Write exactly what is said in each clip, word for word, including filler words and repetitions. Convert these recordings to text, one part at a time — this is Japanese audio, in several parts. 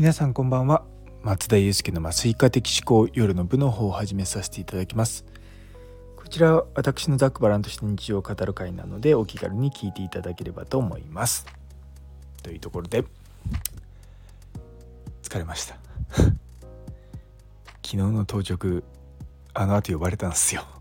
皆さんこんばんは。松田祐介の麻酔科的思考夜の部の方を始めさせていただきます。こちらは私のざっくばらんとした日常を語る会なので、お気軽に聞いていただければと思います。というところで疲れました昨日の当直あの後呼ばれたんですよ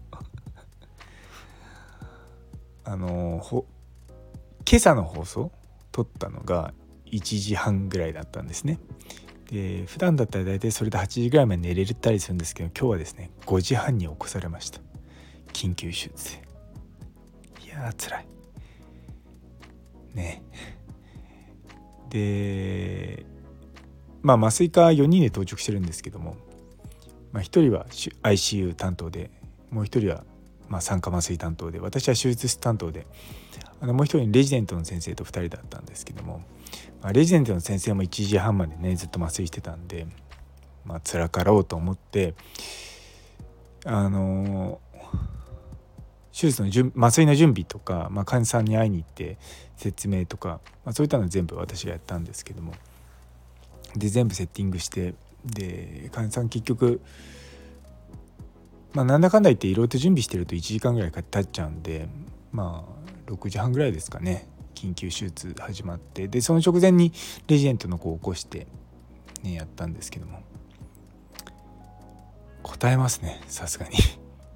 あのほ今朝の放送撮ったのがいちじはんぐらいだったんですね。で普段だったら大体それではちじぐらいまで寝れたりするんですけど、今日はですねごじはんに起こされました。緊急手術で。いやー辛いね。でまあ麻酔科よにんで当直してるんですけども、まあ、ひとりは アイシーユー 担当で、もうひとりはまあ酸化麻酔担当で、私は手術室担当で、あのもう一人レジデントの先生とふたりだったんですけども、まあ、レジデントの先生もいちじはんまでねずっと麻酔してたんで、まあ辛かろうと思ってあの手術の準麻酔の準備とか、まあ、患者さんに会いに行って説明とか、まあ、そういったのは全部私がやったんですけども、で全部セッティングして、で患者さん結局まあなんだかんだ言っていろいろと準備してるといちじかんぐらい経っちゃうんで、まあろくじはんぐらいですかね、緊急手術始まって、でその直前にレジデントの子を起こしてねやったんですけども、答えますねさすがに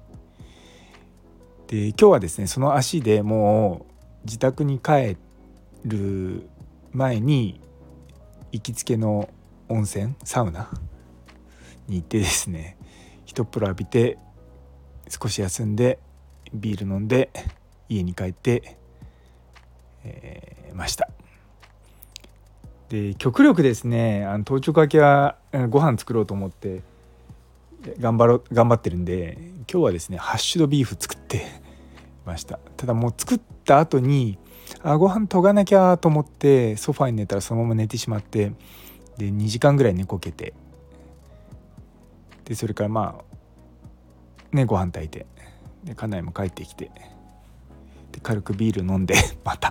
で今日はですねその足でもう自宅に帰る前に行きつけの温泉サウナに行ってですね、一風呂浴びて少し休んでビール飲んで家に帰って、えー、ました。で極力ですねあの当直明けはご飯作ろうと思って頑張ろ頑張ってるんで、今日はですねハッシュドビーフ作ってました。ただもう作った後にあご飯研がなきゃと思ってソファに寝たらそのまま寝てしまって、でにじかんぐらい寝こけて、でそれからまあねご飯炊いて、で家内も帰ってきて、で軽くビール飲んでまた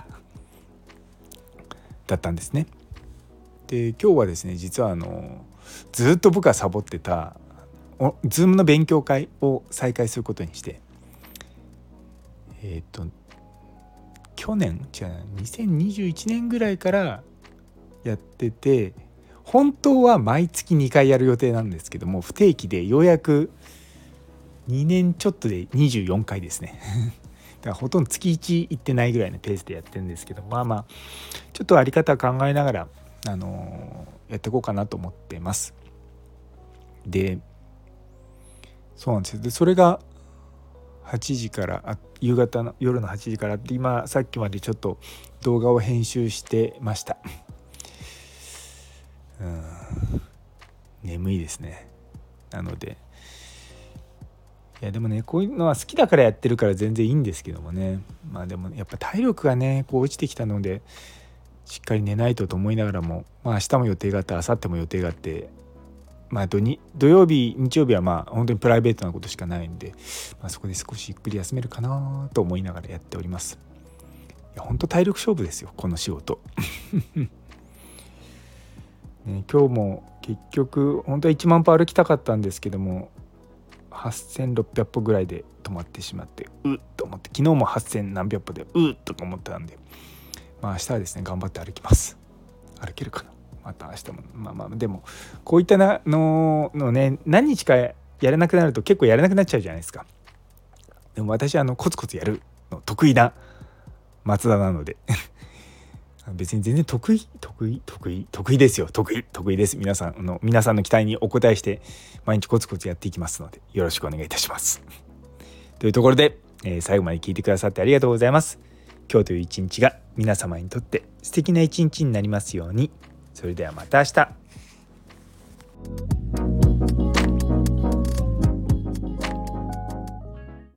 だったんですね。で今日はですね実はあのずっと僕がサボってたズームの勉強会を再開することにして、えっと去年違うにせんにじゅういちねんぐらいからやってて、本当は毎月にかいやる予定なんですけども、不定期でようやくにねんちょっとでにじゅうよんかいですねだからほとんど月いち行ってないぐらいのペースでやってるんですけど、まあまあちょっとあり方考えながら、あのー、やっていこうかなと思ってます。でそうなんですよ。でそれがはちじからあ夕方の夜のはちじからって今さっきまでちょっと動画を編集してましたうん眠いですね。なのでいやでもねこういうのは好きだからやってるから全然いいんですけどもね、まあでもやっぱ体力がねこう落ちてきたのでしっかり寝ないとと思いながらも、まあ明日も予定があって明後日も予定があって、まあ土に土曜日日曜日はまあ本当にプライベートなことしかないんで、まあ、そこで少しゆっくり休めるかなと思いながらやっております。いや本当体力勝負ですよこの仕事ね、今日も結局本当はいちまん歩歩きたかったんですけどもはっせんろっぴゃく歩ぐらいで止まってしまって、うっと思って、昨日もはっせん何百歩でうっとか思ったんで、まあ明日はですね頑張って歩きます。歩けるかな、また明日も。まあまあでもこういったなののね何日かやれなくなると結構やれなくなっちゃうじゃないですか。でも私はあのコツコツやるの得意な松田なので別に全然得意得意得意得意ですよ。得意得意です。皆さんの皆さんの期待にお応えして毎日コツコツやっていきますのでよろしくお願いいたしますというところで、えー、最後まで聞いてくださってありがとうございます。今日という一日が皆様にとって素敵な一日になりますように。それではまた明日。